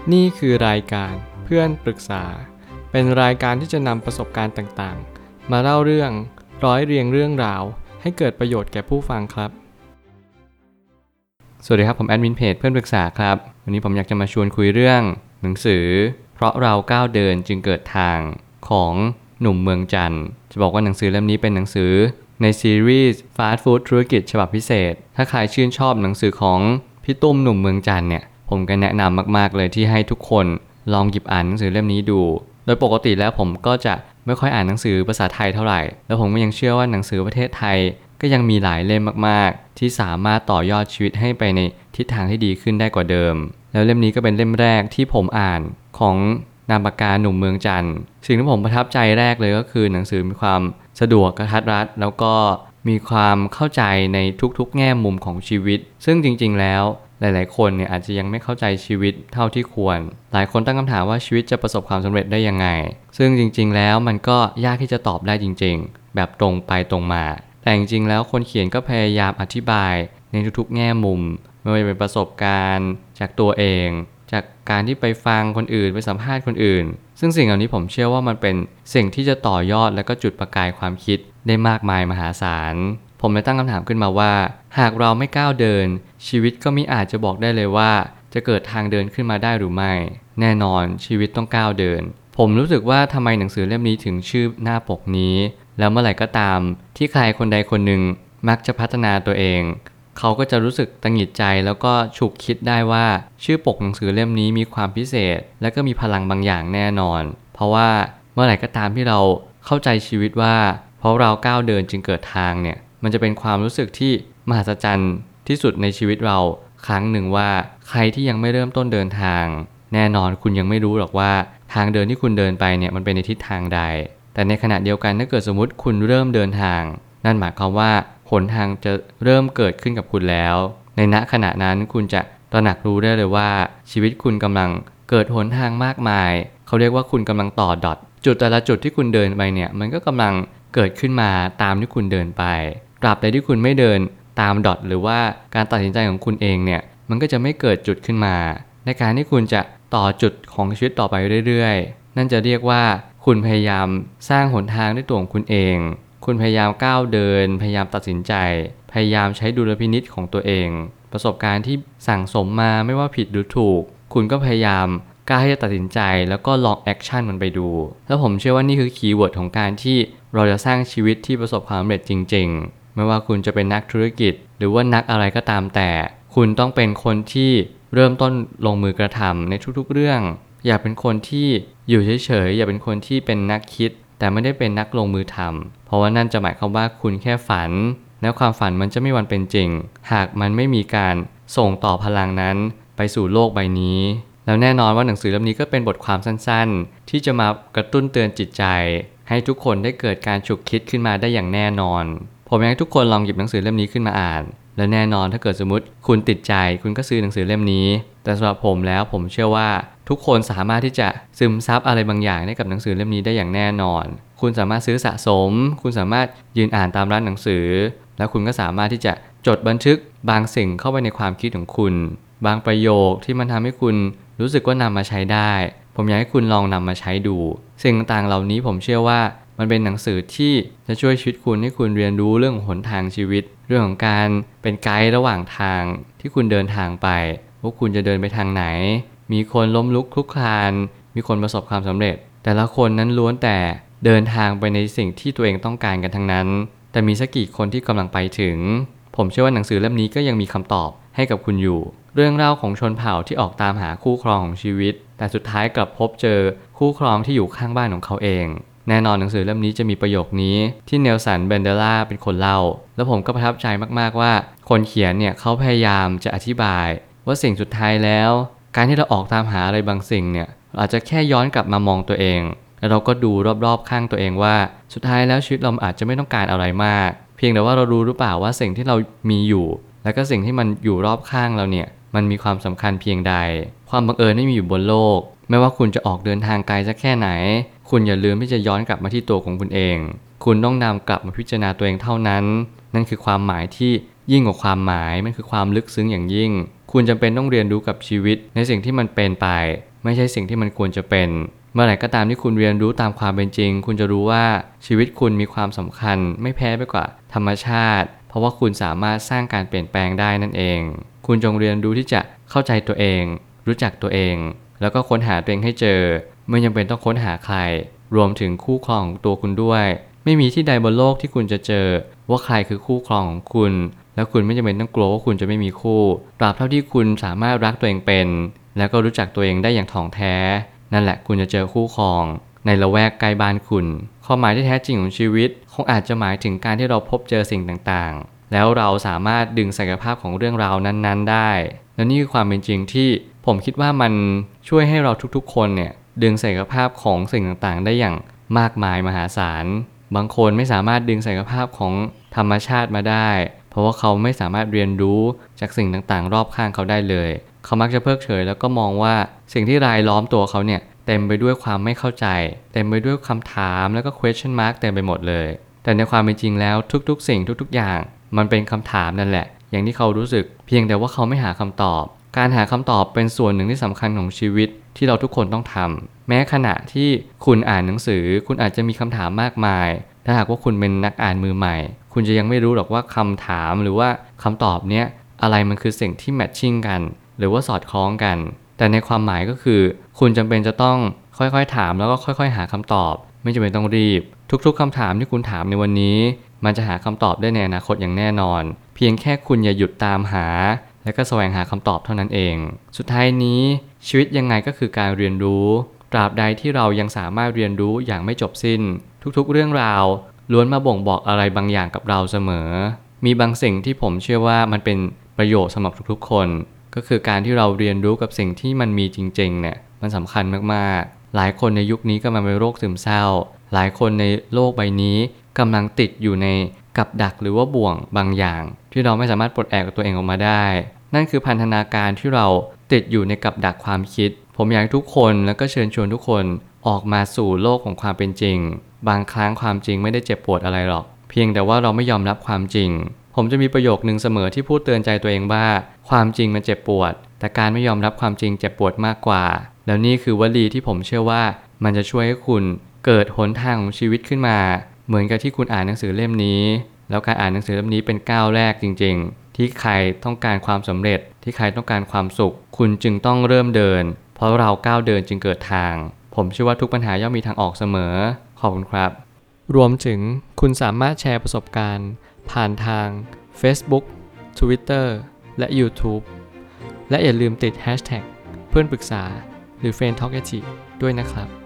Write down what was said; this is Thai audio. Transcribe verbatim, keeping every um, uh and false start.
นี่คือรายการเพื่อนปรึกษาเป็นรายการที่จะนำประสบการณ์ต่างๆมาเล่าเรื่องร้อยเรียงเรื่องราวให้เกิดประโยชน์แก่ผู้ฟังครับสวัสดีครับผมแอดมินเพจเพื่อนปรึกษาครับวันนี้ผมอยากจะมาชวนคุยเรื่องหนังสือเพราะเราก้าวเดินจึงเกิดทางของหนุ่มเมืองจันทร์จะบอกว่าหนังสือเล่มนี้เป็นหนังสือในซีรีส์ฟาสต์ฟู้ดธุรกิจฉบับพิเศษถ้าใครชื่นชอบหนังสือของพี่ตุ้มหนุ่มเมืองจันทร์เนี่ยผมก็แนะนำมากๆเลยที่ให้ทุกคนลองหยิบอ่านหนังสือเล่มนี้ดูโดยปกติแล้วผมก็จะไม่ค่อยอ่านหนังสือภาษาไทยเท่าไหร่แล้วผมก็ยังเชื่อว่าหนังสือประเทศไทยก็ยังมีหลายเล่มมากๆที่สามารถต่อยอดชีวิตให้ไปในทิศทางที่ดีขึ้นได้กว่าเดิมแล้วเล่มนี้ก็เป็นเล่มแรกที่ผมอ่านของนามปากกาหนุ่มเมืองจันทร์สิ่งที่ผมประทับใจแรกเลยก็คือหนังสือมีความสะดวกกระทัดรัดแล้วก็มีความเข้าใจในทุกๆแง่มุมของชีวิตซึ่งจริงๆแล้วหลายๆคนเนี่ยอาจจะยังไม่เข้าใจชีวิตเท่าที่ควรหลายคนตั้งคำถามว่าชีวิตจะประสบความสำเร็จได้ยังไงซึ่งจริงๆแล้วมันก็ยากที่จะตอบได้จริงๆแบบตรงไปตรงมาแต่จริงๆแล้วคนเขียนก็พยายามอธิบายในทุกๆแง่มุมไม่ว่าจะเป็นประสบการณ์จากตัวเองจากการที่ไปฟังคนอื่นไปสัมภาษณ์คนอื่นซึ่งสิ่งเหล่านี้ผมเชื่อว่ามันเป็นสิ่งที่จะต่อยอดและก็จุดประกายความคิดได้มากมายมหาศาลผมเลยตั้งคำถามขึ้นมาว่าหากเราไม่ก้าวเดินชีวิตก็มิอาจจะบอกได้เลยว่าจะเกิดทางเดินขึ้นมาได้หรือไม่แน่นอนชีวิตต้องก้าวเดินผมรู้สึกว่าทำไมหนังสือเล่มนี้ถึงชื่อหน้าปกนี้แล้วเมื่อไหร่ก็ตามที่ใครคนใดคนหนึ่งมักจะพัฒนาตัวเองเขาก็จะรู้สึกตังหงิดใจแล้วก็ฉุกคิดได้ว่าชื่อปกหนังสือเล่มนี้มีความพิเศษและก็มีพลังบางอย่างแน่นอนเพราะว่าเมื่อไหร่ก็ตามที่เราเข้าใจชีวิตว่าเพราะเราก้าวเดินจึงเกิดทางเนี่ยมันจะเป็นความรู้สึกที่มหัศจรรย์ที่สุดในชีวิตเราครั้งหนึ่งว่าใครที่ยังไม่เริ่มต้นเดินทางแน่นอนคุณยังไม่รู้หรอกว่าทางเดินที่คุณเดินไปเนี่ยมันเป็นในทิศทางใดแต่ในขณะเดียวกันถ้าเกิดสมมติคุณเริ่มเดินทางนั่นหมายความว่าหนทางจะเริ่มเกิดขึ้นกับคุณแล้วในณขณะนั้นคุณจะตระหนักรู้ได้เลยว่าชีวิตคุณกำลังเกิดหนทางมากมายเขาเรียกว่าคุณกำลังต่อดอทจุดแต่ละจุดที่คุณเดินไปเนี่ยมันก็กำลังเกิดขึ้นมาตามที่คุณเดินไปตราบใดที่คุณไม่เดินตามดอทหรือว่าการตัดสินใจของคุณเองเนี่ยมันก็จะไม่เกิดจุดขึ้นมาในการที่คุณจะต่อจุดของชีวิตต่อไปเรื่อยๆนั่นจะเรียกว่าคุณพยายามสร้างหนทางด้วยตัวของคุณเองคุณพยายามก้าวเดินพยายามตัดสินใจพยายามใช้ดุลพินิจของตัวเองประสบการณ์ที่สั่งสมมาไม่ว่าผิดหรือถูกคุณก็พยายามกล้าที่จะตัดสินใจแล้วก็ลองแอคชั่นมันไปดูแล้วผมเชื่อว่านี่คือคีย์เวิร์ดของการที่เราจะสร้างชีวิตที่ประสบความสำเร็จจริงๆไม่ว่าคุณจะเป็นนักธุรกิจหรือว่านักอะไรก็ตามแต่คุณต้องเป็นคนที่เริ่มต้นลงมือกระทำในทุกๆเรื่องอย่าเป็นคนที่อยู่เฉยๆอย่าเป็นคนที่เป็นนักคิดแต่ไม่ได้เป็นนักลงมือทำเพราะว่านั่นจะหมายความว่าคุณแค่ฝันแล้วความฝันมันจะไม่มีวันเป็นจริงหากมันไม่มีการส่งต่อพลังนั้นไปสู่โลกใบนี้แล้วแน่นอนว่าหนังสือเล่มนี้ก็เป็นบทความสั้นๆที่จะมากระตุ้นเตือนจิตใจให้ทุกคนได้เกิดการฉุกคิดขึ้นมาได้อย่างแน่นอนผมอยากให้ทุกคนลองหยิบหนังสือเล่มนี้ขึ้นมาอ่านและแน่นอนถ้าเกิดสมมติคุณติดใจคุณก็ซื้อหนังสือเล่มนี้แต่สำหรับผมแล้วผมเชื่อว่าทุกคนสามารถที่จะซึมซับอะไรบางอย่างได้กับหนังสือเล่มนี้ได้อย่างแน่นอนคุณสามารถซื้อสะสมคุณสามารถยืนอ่านตามร้านหนังสือแล้วคุณก็สามารถที่จะจดบันทึกบางสิ่งเข้าไปในความคิดของคุณบางประโยคที่มันทำให้คุณรู้สึกว่านำมาใช้ได้ผมอยากให้คุณลองนำมาใช้ดูสิ่งต่างๆเหล่านี้ผมเชื่อว่ามันเป็นหนังสือที่จะช่วยชีวิตคุณให้คุณเรียนรู้เรื่องหนทางชีวิตเรื่องของการเป็นไกด์ระหว่างทางที่คุณเดินทางไปว่าคุณจะเดินไปทางไหนมีคนล้มลุกคลุกคลานมีคนประสบความสำเร็จแต่ละคนนั้นล้วนแต่เดินทางไปในสิ่งที่ตัวเองต้องการกันทั้งนั้นแต่มีสักกี่คนที่กำลังไปถึงผมเชื่อว่าหนังสือเล่มนี้ก็ยังมีคำตอบให้กับคุณอยู่เรื่องเล่าของชนเผ่าที่ออกตามหาคู่ครองของชีวิตแต่สุดท้ายกลับพบเจอคู่ครองที่อยู่ข้างบ้านของเขาเองแน่นอนหนังสือเล่มนี้จะมีประโยคนี้ที่เนลสันเบนเดล่าเป็นคนเล่าแล้วผมก็ประทับใจมากๆว่าคนเขียนเนี่ยเขาพยายามจะอธิบายว่าสิ่งสุดท้ายแล้วการที่เราออกตามหาอะไรบางสิ่งเนี่ยอาจจะแค่ย้อนกลับมามองตัวเองแล้วเราก็ดูรอบๆข้างตัวเองว่าสุดท้ายแล้วชีวิตเราอาจจะไม่ต้องการอะไรมากเพียงแต่ว่าเรารู้หรือเปล่าว่าสิ่งที่เรามีอยู่แล้วก็สิ่งที่มันอยู่รอบข้างเราเนี่ยมันมีความสำคัญเพียงใดความบังเอิญไม่มีอยู่บนโลกไม่ว่าคุณจะออกเดินทางไกลสักแค่ไหนคุณอย่าลืมที่จะย้อนกลับมาที่ตัวของคุณเองคุณต้องนำกลับมาพิจารณาตัวเองเท่านั้นนั่นคือความหมายที่ยิ่งกว่าความหมายมันคือความลึกซึ้งอย่างยิ่งคุณจำเป็นต้องเรียนรู้กับชีวิตในสิ่งที่มันเป็นไปไม่ใช่สิ่งที่มันควรจะเป็นเมื่อไหร่ก็ตามที่คุณเรียนรู้ตามความเป็นจริงคุณจะรู้ว่าชีวิตคุณมีความสำคัญไม่แพ้ไปกว่าธรรมชาติเพราะว่าคุณสามารถสร้างการเปลี่ยนแปลงได้นั่นเองคุณจงเรียนรู้ที่จะเข้าใจตัวเองรู้จักตัวเองแล้วก็ค้นหาตัวเองให้เจอไม่จำเป็นต้องค้นหาใครรวมถึงคู่ครองของตัวคุณด้วยไม่มีที่ใดบนโลกที่คุณจะเจอว่าใครคือคู่ครองของคุณแล้วคุณไม่จำเป็นต้องกลัวว่าคุณจะไม่มีคู่ตราบเท่าที่คุณสามารถรักตัวเองเป็นแล้วก็รู้จักตัวเองได้อย่างถ่องแท้นั่นแหละคุณจะเจอคู่ครองในละแวกใกล้บ้านคุณความหมายที่แท้จริงของชีวิตคงอาจจะหมายถึงการที่เราพบเจอสิ่งต่างๆแล้วเราสามารถดึงศักยภาพของเรื่องราวนั้นๆได้และนี่คือความเป็นจริงที่ผมคิดว่ามันช่วยให้เราทุกๆคนเนี่ยดึงศักยภาพของสิ่งต่างๆได้อย่างมากมายมหาศาลบางคนไม่สามารถดึงศักยภาพของธรรมชาติมาได้เพราะว่าเขาไม่สามารถเรียนรู้จากสิ่งต่างๆรอบข้างเขาได้เลยเขามักจะเพิกเฉยแล้วก็มองว่าสิ่งที่รายล้อมตัวเขาเนี่ยเต็มไปด้วยความไม่เข้าใจเต็มไปด้วยคำถามแล้วก็ question mark เต็มไปหมดเลยแต่ในความเป็นจริงแล้วทุกๆสิ่งทุกๆอย่างมันเป็นคำถามนั่นแหละอย่างที่เขารู้สึกเพียงแต่ว่าเขาไม่หาคำตอบการหาคำตอบเป็นส่วนหนึ่งที่สำคัญของชีวิตที่เราทุกคนต้องทำแม้ขณะที่คุณอ่านหนังสือคุณอาจจะมีคำถามมากมายถ้าหากว่าคุณเป็นนักอ่านมือใหม่คุณจะยังไม่รู้หรอกว่าคำถามหรือว่าคำตอบเนี้ยอะไรมันคือสิ่งที่แมทชิ่งกันหรือว่าสอดคล้องกันแต่ในความหมายก็คือคุณจำเป็นจะต้องค่อยๆถามแล้วก็ค่อยๆหาคำตอบไม่จำเป็นต้องรีบทุกๆคำถามที่คุณถามในวันนี้มันจะหาคำตอบได้ในอนาคตอย่างแน่นอนเพียงแค่คุณอย่าหยุดตามหาและก็แสวงหาคำตอบเท่านั้นเองสุดท้ายนี้ชีวิตยังไงก็คือการเรียนรู้ตราบใดที่เรายังสามารถเรียนรู้อย่างไม่จบสิ้นทุกๆเรื่องราวล้วนมาบ่งบอกอะไรบางอย่างกับเราเสมอมีบางสิ่งที่ผมเชื่อว่ามันเป็นประโยชน์สำหรับทุกๆคนก็คือการที่เราเรียนรู้กับสิ่งที่มันมีจริงๆเนี่ยมันสำคัญมากๆหลายคนในยุคนี้กำลังเป็นโรคซึมเศร้าหลายคนในโลกใบนี้กำลังติดอยู่ในกับดักหรือว่าบ่วงบางอย่างที่เราไม่สามารถปลดแอกตัวเองออกมาได้นั่นคือพันธนาการที่เราติดอยู่ในกับดักความคิดผมอยากให้ทุกคนแล้วก็เชิญชวนทุกคนออกมาสู่โลกของความเป็นจริงบางครั้งความจริงไม่ได้เจ็บปวดอะไรหรอกเพียงแต่ว่าเราไม่ยอมรับความจริงผมจะมีประโยคนึงเสมอที่พูดเตือนใจตัวเองว่าความจริงมันเจ็บปวดแต่การไม่ยอมรับความจริงเจ็บปวดมากกว่าแล้วนี่คือวลีที่ผมเชื่อว่ามันจะช่วยให้คุณเกิดหนทางของชีวิตขึ้นมาเหมือนกับที่คุณอ่านหนังสือเล่มนี้แล้วการอ่านหนังสือเล่มนี้เป็นก้าวแรกจริงๆที่ใครต้องการความสำเร็จที่ใครต้องการความสุขคุณจึงต้องเริ่มเดินเพราะเราก้าวเดินจึงเกิดทางผมเชื่อว่าทุกปัญหาย่อมมีทางออกเสมอขอบคุณครับรวมถึงคุณสามารถแชร์ประสบการณ์ผ่านทาง Facebook Twitter และ YouTube และอย่าลืมติด แฮชแท็ก เพื่อนปรึกษาหรือ เฟรนด์ ทอล์ก ด้วยนะครับ